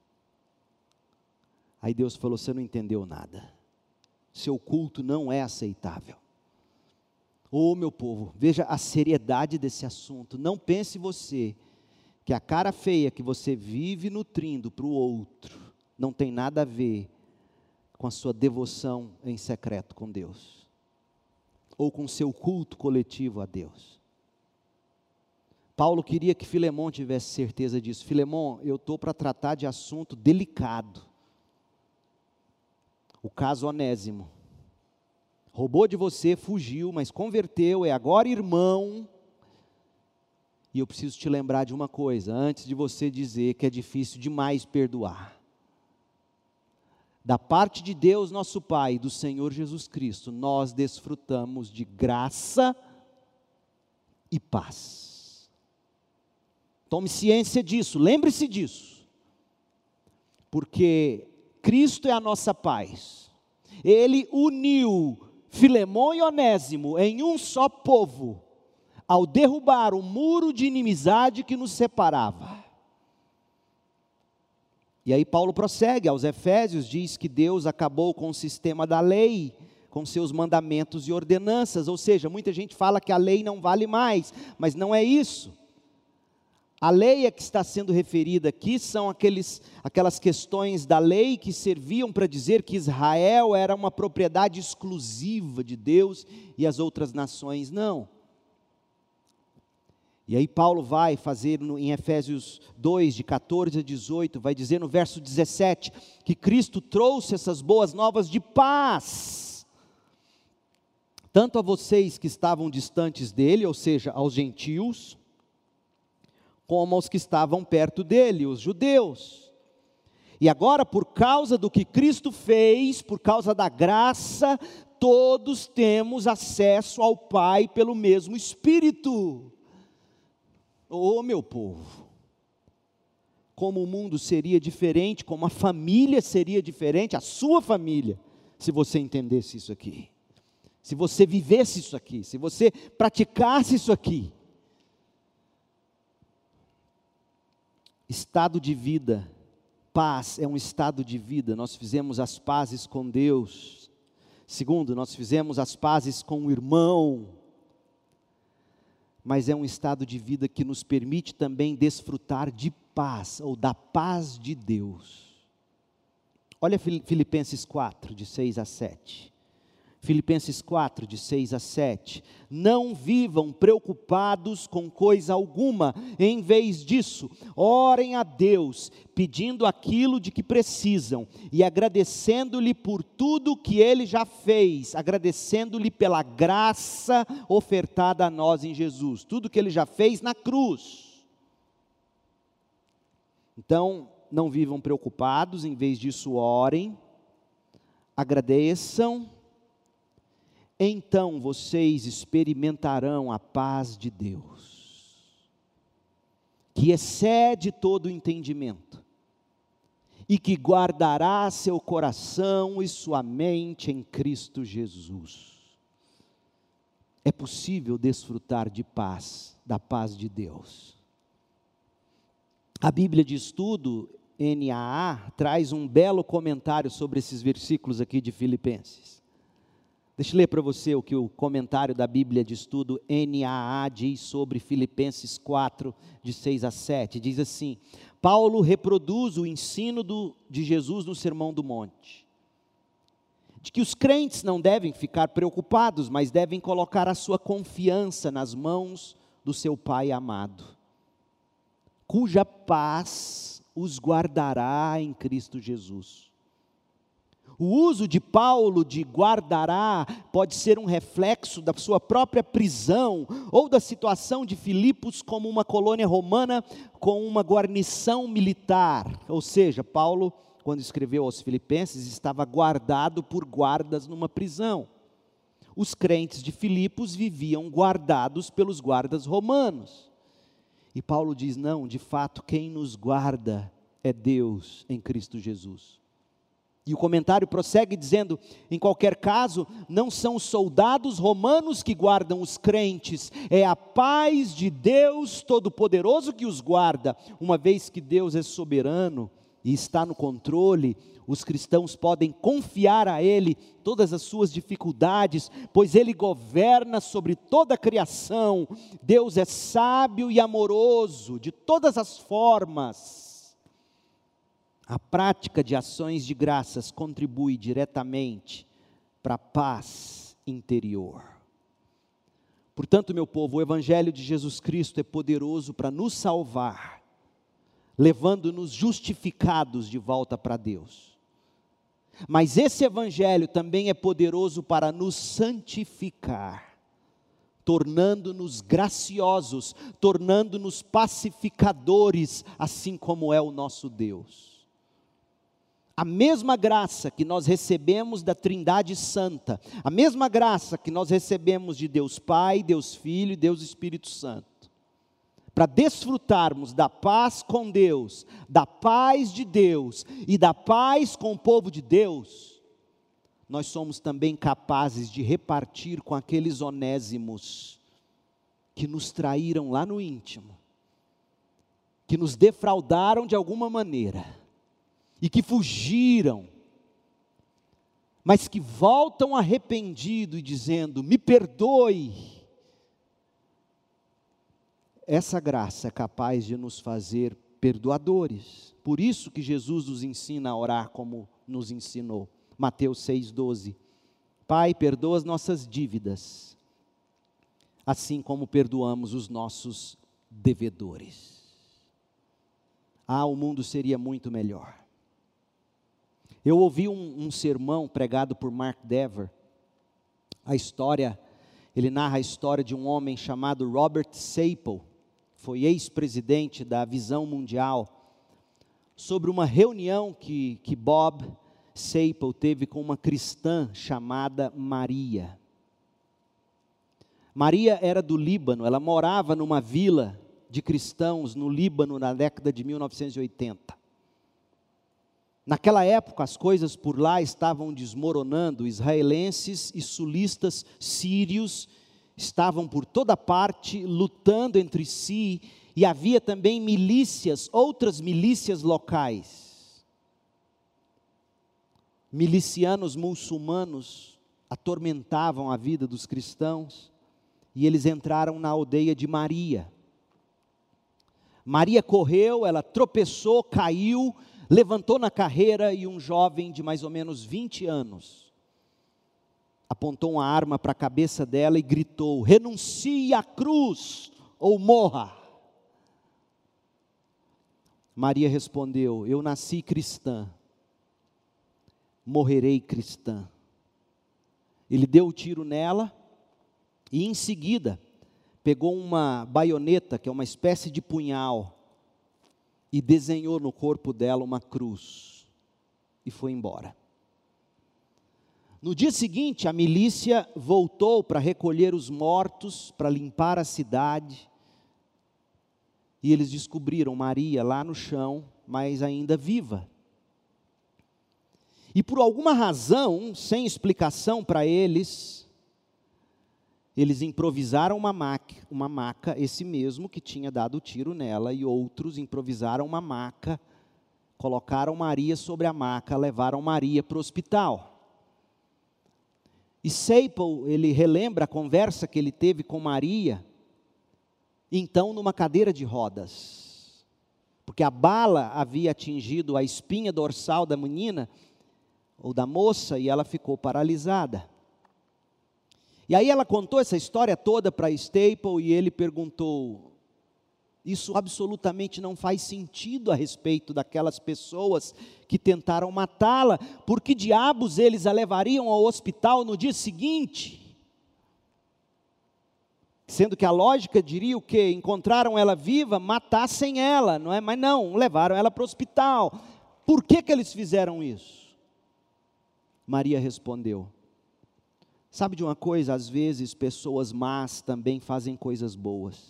Aí Deus falou, você não entendeu nada, seu culto não é aceitável. Ô meu povo, veja a seriedade desse assunto, não pense você, que a cara feia que você vive nutrindo para o outro, não tem nada a ver com a sua devoção em secreto com Deus, ou com o seu culto coletivo a Deus. Paulo queria que Filemon tivesse certeza disso. Filemon, eu estou para tratar de assunto delicado. O caso Onésimo. Roubou de você, fugiu, mas converteu, é agora irmão. E eu preciso te lembrar de uma coisa, antes de você dizer que é difícil demais perdoar. Da parte de Deus, nosso Pai, e do Senhor Jesus Cristo, nós desfrutamos de graça e paz. Tome ciência disso, lembre-se disso. Porque Cristo é a nossa paz. Ele uniu Filemon e Onésimo em um só povo, ao derrubar o muro de inimizade que nos separava. E aí Paulo prossegue aos Efésios, diz que Deus acabou com o sistema da lei, com seus mandamentos e ordenanças, ou seja, muita gente fala que a lei não vale mais, mas não é isso. A lei a que está sendo referida aqui são aquelas questões da lei que serviam para dizer que Israel era uma propriedade exclusiva de Deus e as outras nações não. E aí Paulo vai fazer em Efésios 2, de 14 a 18, vai dizer no verso 17, que Cristo trouxe essas boas novas de paz, tanto a vocês que estavam distantes dele, ou seja, aos gentios, como aos que estavam perto dele, os judeus. E agora, por causa do que Cristo fez, por causa da graça, todos temos acesso ao Pai pelo mesmo Espírito. Oh, meu povo, como o mundo seria diferente, como a família seria diferente, a sua família, se você entendesse isso aqui, se você vivesse isso aqui, se você praticasse isso aqui. Estado de vida, paz é um estado de vida. Nós fizemos as pazes com Deus. Segundo, nós fizemos as pazes com o irmão. Mas é um estado de vida que nos permite também desfrutar de paz, ou da paz de Deus. Olha Filipenses 4, de 6 a 7. Filipenses 4, de 6 a 7, não vivam preocupados com coisa alguma, em vez disso, orem a Deus, pedindo aquilo de que precisam, e agradecendo-lhe por tudo que Ele já fez, agradecendo-lhe pela graça ofertada a nós em Jesus, tudo que Ele já fez na cruz. Então, não vivam preocupados, em vez disso orem, agradeçam, então vocês experimentarão a paz de Deus, que excede todo o entendimento, e que guardará seu coração e sua mente em Cristo Jesus. É possível desfrutar de paz, da paz de Deus. A Bíblia de Estudo, NAA, traz um belo comentário sobre esses versículos aqui de Filipenses. Deixa eu ler para você o que o comentário da Bíblia de Estudo NAA diz sobre Filipenses 4, de 6 a 7. Diz assim: Paulo reproduz o ensino de Jesus no Sermão do Monte, de que os crentes não devem ficar preocupados, mas devem colocar a sua confiança nas mãos do seu Pai amado, cuja paz os guardará em Cristo Jesus. O uso de Paulo de guardará pode ser um reflexo da sua própria prisão, ou da situação de Filipos como uma colônia romana com uma guarnição militar. Ou seja, Paulo, quando escreveu aos Filipenses, estava guardado por guardas numa prisão. Os crentes de Filipos viviam guardados pelos guardas romanos. E Paulo diz: não, de fato, quem nos guarda é Deus em Cristo Jesus. E o comentário prossegue dizendo: em qualquer caso, não são os soldados romanos que guardam os crentes, é a paz de Deus Todo-Poderoso que os guarda. Uma vez que Deus é soberano e está no controle, os cristãos podem confiar a Ele todas as suas dificuldades, pois Ele governa sobre toda a criação. Deus é sábio e amoroso de todas as formas. A prática de ações de graças contribui diretamente para a paz interior. Portanto, meu povo, o Evangelho de Jesus Cristo é poderoso para nos salvar, levando-nos justificados de volta para Deus. Mas esse Evangelho também é poderoso para nos santificar, tornando-nos graciosos, tornando-nos pacificadores, assim como é o nosso Deus. A mesma graça que nós recebemos da Trindade Santa, a mesma graça que nós recebemos de Deus Pai, Deus Filho e Deus Espírito Santo, para desfrutarmos da paz com Deus, da paz de Deus e da paz com o povo de Deus, nós somos também capazes de repartir com aqueles onésimos que nos traíram lá no íntimo, que nos defraudaram de alguma maneira, e que fugiram, mas que voltam arrependidos e dizendo: me perdoe. Essa graça é capaz de nos fazer perdoadores. Por isso que Jesus nos ensina a orar como nos ensinou. Mateus 6,12. Pai, perdoa as nossas dívidas, assim como perdoamos os nossos devedores. O mundo seria muito melhor. Eu ouvi um sermão pregado por Mark Dever. Ele narra a história de um homem chamado Robert Sapol, foi ex-presidente da Visão Mundial, sobre uma reunião que Bob Sapol teve com uma cristã chamada Maria. Maria era do Líbano, ela morava numa vila de cristãos no Líbano na década de 1980. Naquela época as coisas por lá estavam desmoronando, israelenses e sulistas sírios estavam por toda parte lutando entre si, e havia também outras milícias locais. Milicianos muçulmanos atormentavam a vida dos cristãos, e eles entraram na aldeia de Maria. Maria correu, ela tropeçou, caiu, levantou na carreira, e um jovem de mais ou menos 20 anos apontou uma arma para a cabeça dela e gritou: renuncie à cruz ou morra. Maria respondeu: eu nasci cristã, morrerei cristã. Ele deu o tiro nela e em seguida pegou uma baioneta, que é uma espécie de punhal, e desenhou no corpo dela uma cruz, e foi embora. No dia seguinte, a milícia voltou para recolher os mortos, para limpar a cidade, e eles descobriram Maria lá no chão, mas ainda viva. E por alguma razão, sem explicação para eles improvisaram uma maca, esse mesmo que tinha dado o tiro nela, e outros improvisaram uma maca, colocaram Maria sobre a maca, levaram Maria para o hospital. E Sapol, ele relembra a conversa que ele teve com Maria, então numa cadeira de rodas, porque a bala havia atingido a espinha dorsal da menina, ou da moça, e ela ficou paralisada. E aí ela contou essa história toda para Sapol, e ele perguntou: isso absolutamente não faz sentido a respeito daquelas pessoas que tentaram matá-la, por que diabos eles a levariam ao hospital no dia seguinte? Sendo que a lógica diria o quê? Encontraram ela viva, matassem ela, não é? Mas não, levaram ela para o hospital. Por que eles fizeram isso? Maria respondeu: sabe de uma coisa, às vezes pessoas más também fazem coisas boas.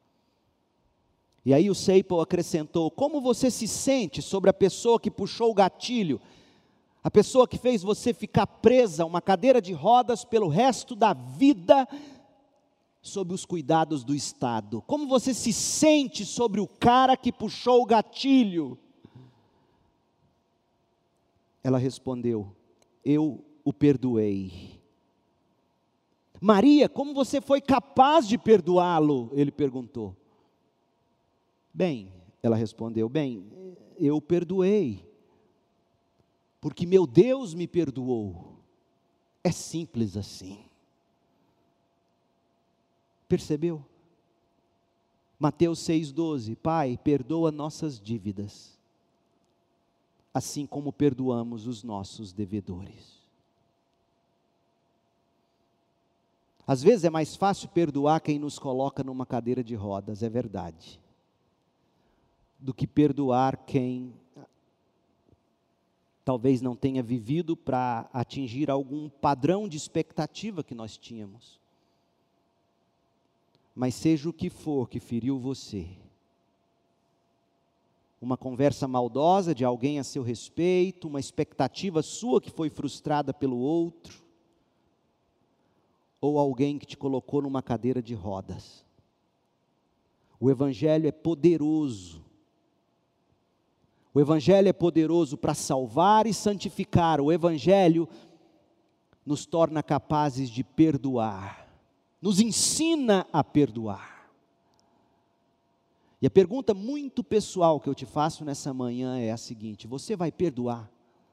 E aí o Sapol acrescentou: como você se sente sobre a pessoa que puxou o gatilho? A pessoa que fez você ficar presa a uma cadeira de rodas pelo resto da vida, sob os cuidados do Estado. Como você se sente sobre o cara que puxou o gatilho? Ela respondeu: eu o perdoei. Maria, como você foi capaz de perdoá-lo? Ele perguntou. Bem, ela respondeu, eu o perdoei, porque meu Deus me perdoou. É simples assim. Percebeu? Mateus 6,12, Pai, perdoa nossas dívidas, assim como perdoamos os nossos devedores. Às vezes é mais fácil perdoar quem nos coloca numa cadeira de rodas, é verdade, do que perdoar quem talvez não tenha vivido para atingir algum padrão de expectativa que nós tínhamos. Mas seja o que for que feriu você, uma conversa maldosa de alguém a seu respeito, uma expectativa sua que foi frustrada pelo outro, ou alguém que te colocou numa cadeira de rodas. O Evangelho é poderoso. O Evangelho é poderoso para salvar e santificar. O Evangelho nos torna capazes de perdoar, nos ensina a perdoar. E a pergunta muito pessoal que eu te faço nessa manhã é a seguinte: você vai perdoar?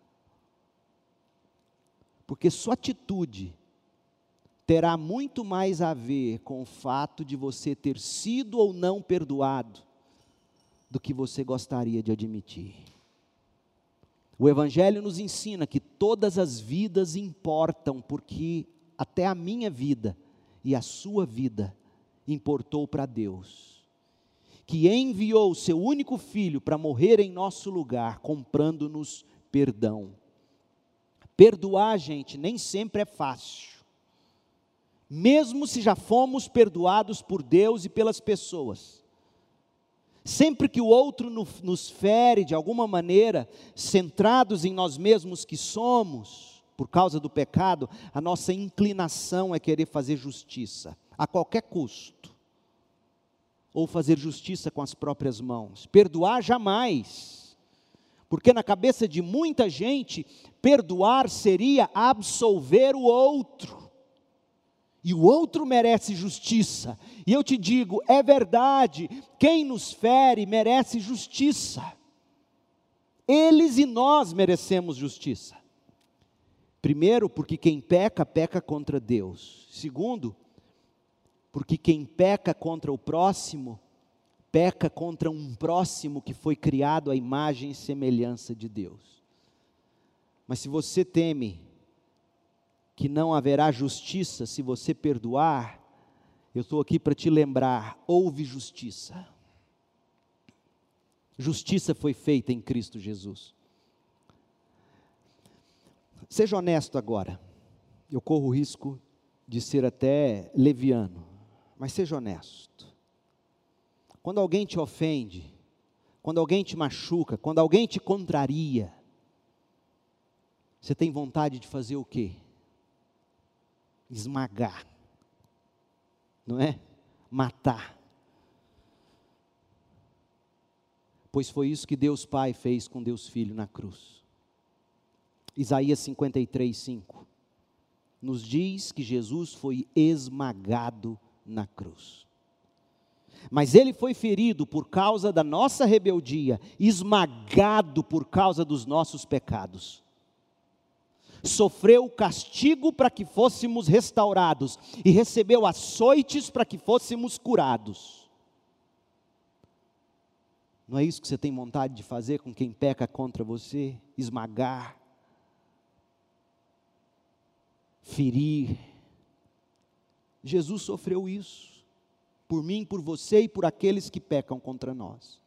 Porque sua atitude terá muito mais a ver com o fato de você ter sido ou não perdoado, do que você gostaria de admitir. O Evangelho nos ensina que todas as vidas importam, porque até a minha vida e a sua vida importou para Deus, que enviou o seu único filho para morrer em nosso lugar, comprando-nos perdão. Perdoar, gente, nem sempre é fácil. Mesmo se já fomos perdoados por Deus e pelas pessoas. Sempre que o outro nos fere de alguma maneira, centrados em nós mesmos que somos, por causa do pecado, a nossa inclinação é querer fazer justiça, a qualquer custo. Ou fazer justiça com as próprias mãos. Perdoar jamais. Porque na cabeça de muita gente, perdoar seria absolver o outro. E o outro merece justiça. E eu te digo, é verdade, quem nos fere merece justiça. Eles e nós merecemos justiça. Primeiro, porque quem peca, peca contra Deus. Segundo, porque quem peca contra o próximo, peca contra um próximo que foi criado à imagem e semelhança de Deus. Mas se você teme que não haverá justiça se você perdoar, eu estou aqui para te lembrar, houve justiça. Justiça foi feita em Cristo Jesus. Seja honesto agora, eu corro o risco de ser até leviano, mas seja honesto. Quando alguém te ofende, quando alguém te machuca, quando alguém te contraria, você tem vontade de fazer o quê? Esmagar, não é? Matar. Pois foi isso que Deus Pai fez com Deus Filho na cruz. Isaías 53:5 nos diz que Jesus foi esmagado na cruz. Mas Ele foi ferido por causa da nossa rebeldia, esmagado por causa dos nossos pecados. Sofreu o castigo para que fôssemos restaurados, e recebeu açoites para que fôssemos curados. Não é isso que você tem vontade de fazer com quem peca contra você? Esmagar, ferir. Jesus sofreu isso, por mim, por você e por aqueles que pecam contra nós.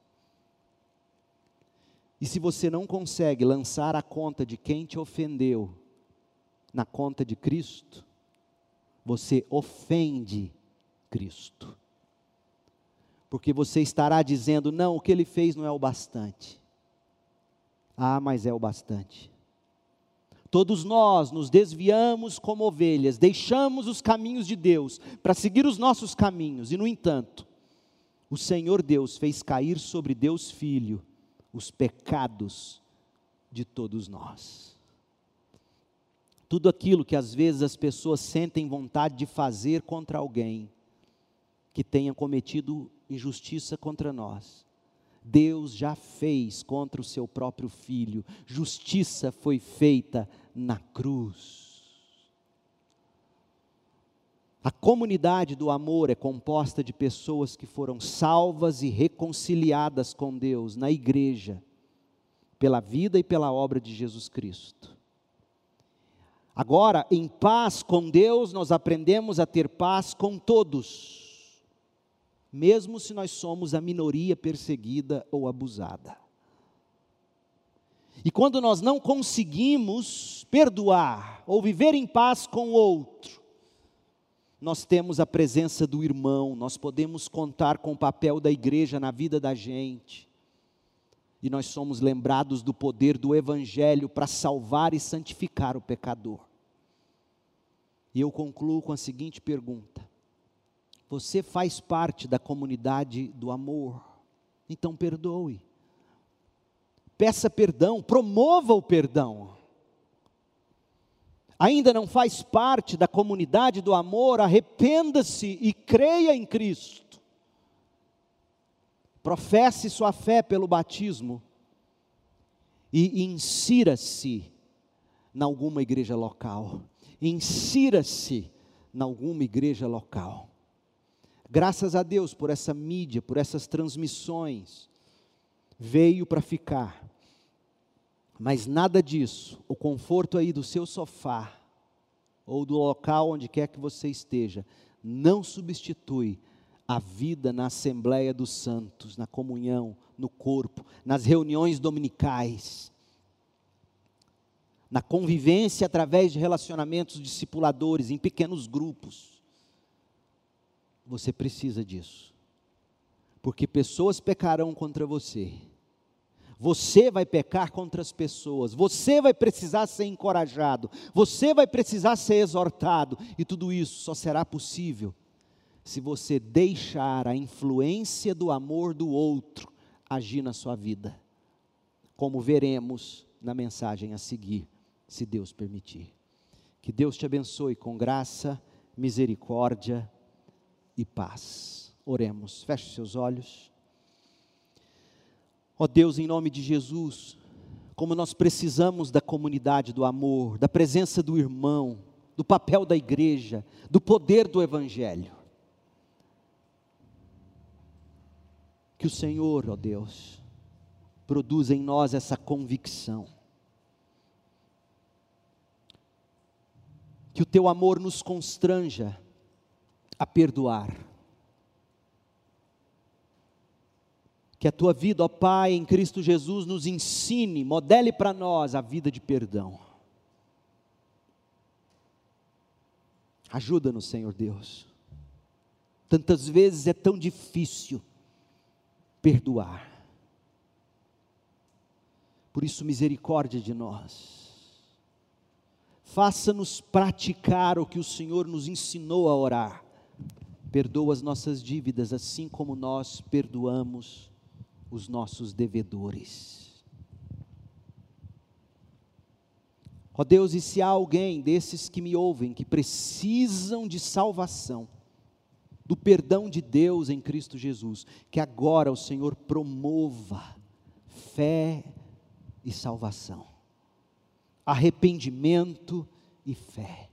E se você não consegue lançar a conta de quem te ofendeu na conta de Cristo, você ofende Cristo. Porque você estará dizendo, não, o que ele fez não é o bastante. Ah, mas é o bastante. Todos nós nos desviamos como ovelhas, deixamos os caminhos de Deus para seguir os nossos caminhos, e no entanto, o Senhor Deus fez cair sobre Deus Filho os pecados de todos nós. Tudo aquilo que às vezes as pessoas sentem vontade de fazer contra alguém que tenha cometido injustiça contra nós, Deus já fez contra o seu próprio Filho. Justiça foi feita na cruz. A comunidade do amor é composta de pessoas que foram salvas e reconciliadas com Deus na igreja, pela vida e pela obra de Jesus Cristo. Agora, em paz com Deus, nós aprendemos a ter paz com todos, mesmo se nós somos a minoria perseguida ou abusada. E quando nós não conseguimos perdoar ou viver em paz com o outro, nós temos a presença do irmão, nós podemos contar com o papel da igreja na vida da gente, e nós somos lembrados do poder do Evangelho para salvar e santificar o pecador. E eu concluo com a seguinte pergunta: você faz parte da comunidade do amor? Então perdoe, peça perdão, promova o perdão. Ainda não faz parte da comunidade do amor? Arrependa-se e creia em Cristo. Professe sua fé pelo batismo e insira-se em alguma igreja local. Insira-se em alguma igreja local. Graças a Deus por essa mídia, por essas transmissões, veio para ficar. Mas nada disso, o conforto aí do seu sofá, ou do local onde quer que você esteja, não substitui a vida na Assembleia dos Santos, na comunhão, no corpo, nas reuniões dominicais, na convivência através de relacionamentos discipuladores, em pequenos grupos. Você precisa disso, porque pessoas pecarão contra você. Você vai pecar contra as pessoas, você vai precisar ser encorajado, você vai precisar ser exortado, e tudo isso só será possível se você deixar a influência do amor do outro agir na sua vida, como veremos na mensagem a seguir, se Deus permitir. Que Deus te abençoe com graça, misericórdia e paz. Oremos, feche seus olhos. Ó Deus, em nome de Jesus, como nós precisamos da comunidade do amor, da presença do irmão, do papel da igreja, do poder do Evangelho. Que o Senhor, ó Deus, produza em nós essa convicção. Que o teu amor nos constranja a perdoar. Que a tua vida, ó Pai, em Cristo Jesus, nos ensine, modele para nós a vida de perdão. Ajuda-nos, Senhor Deus. Tantas vezes é tão difícil perdoar. Por isso, misericórdia de nós. Faça-nos praticar o que o Senhor nos ensinou a orar. Perdoa as nossas dívidas, assim como nós perdoamos os nossos devedores. Ó Deus, e se há alguém desses que me ouvem, que precisam de salvação, do perdão de Deus em Cristo Jesus, que agora o Senhor promova fé e salvação, arrependimento e fé.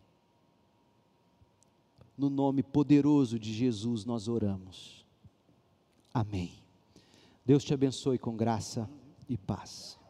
No nome poderoso de Jesus nós oramos. Amém. Deus te abençoe com graça e paz.